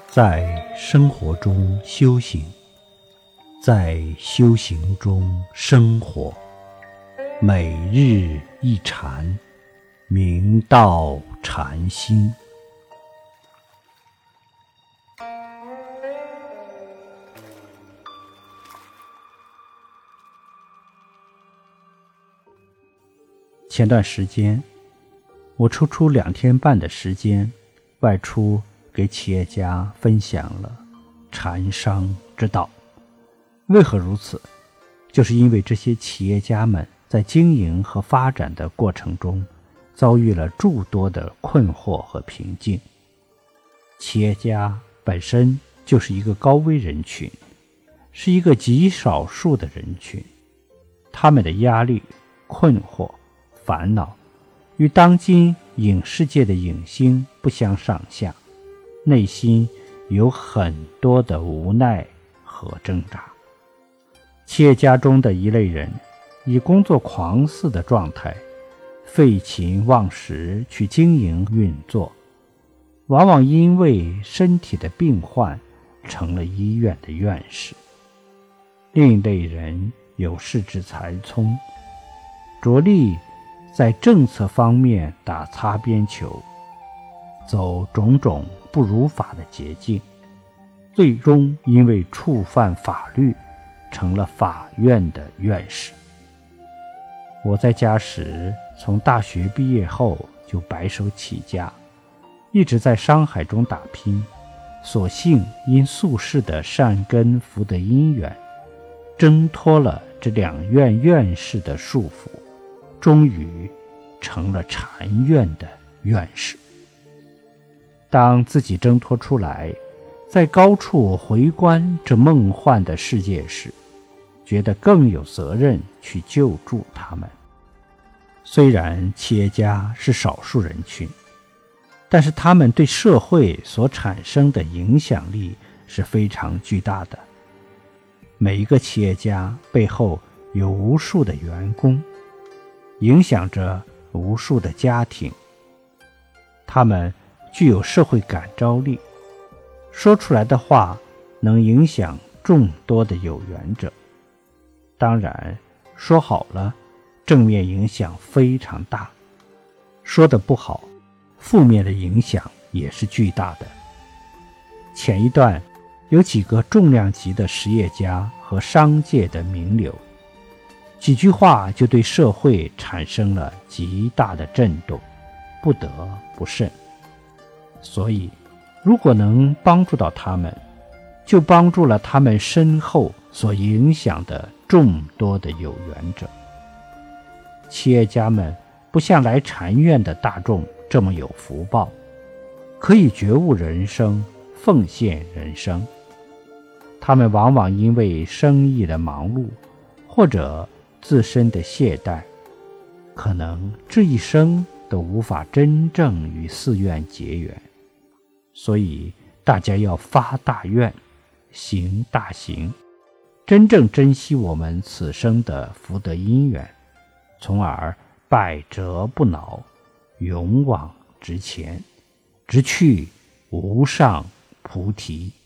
在生活中修行，在修行中生活，每日一禅，明道禅心。前段时间，我抽出2天半的时间，外出给企业家分享了禅商之道。为何如此？就是因为这些企业家们在经营和发展的过程中，遭遇了诸多的困惑和瓶颈。企业家本身就是一个高危人群，是一个极少数的人群，他们的压力、困惑、烦恼与当今影视界的影星不相上下，内心有很多的无奈和挣扎。企业家中的一类人以工作狂似的状态，废寝忘食去经营运作，往往因为身体的病患成了医院的院士。另一类人有识之才聪，着力在政策方面打擦边球，走种种不如法的捷径，最终因为触犯法律成了法院的院士。我在家时，从大学毕业后就白手起家，一直在商海中打拼，所幸因宿世的善根福德因缘，挣脱了这2院院士的束缚，终于成了禅院的院士。当自己挣脱出来，在高处回观这梦幻的世界时，觉得更有责任去救助他们。虽然企业家是少数人群，但是他们对社会所产生的影响力是非常巨大的。每一个企业家背后有无数的员工，影响着无数的家庭，他们具有社会感召力，说出来的话能影响众多的有缘者。当然，说好了，正面影响非常大；说得不好，负面的影响也是巨大的。前一段有几个重量级的实业家和商界的名流，几句话就对社会产生了极大的震动，不得不慎。所以，如果能帮助到他们，就帮助了他们身后所影响的众多的有缘者。企业家们不像来禅院的大众这么有福报，可以觉悟人生，奉献人生。他们往往因为生意的忙碌，或者自身的懈怠，可能这一生都无法真正与寺院结缘。所以大家要发大愿，行大行，真正珍惜我们此生的福德因缘，从而百折不挠，勇往直前，直去无上菩提。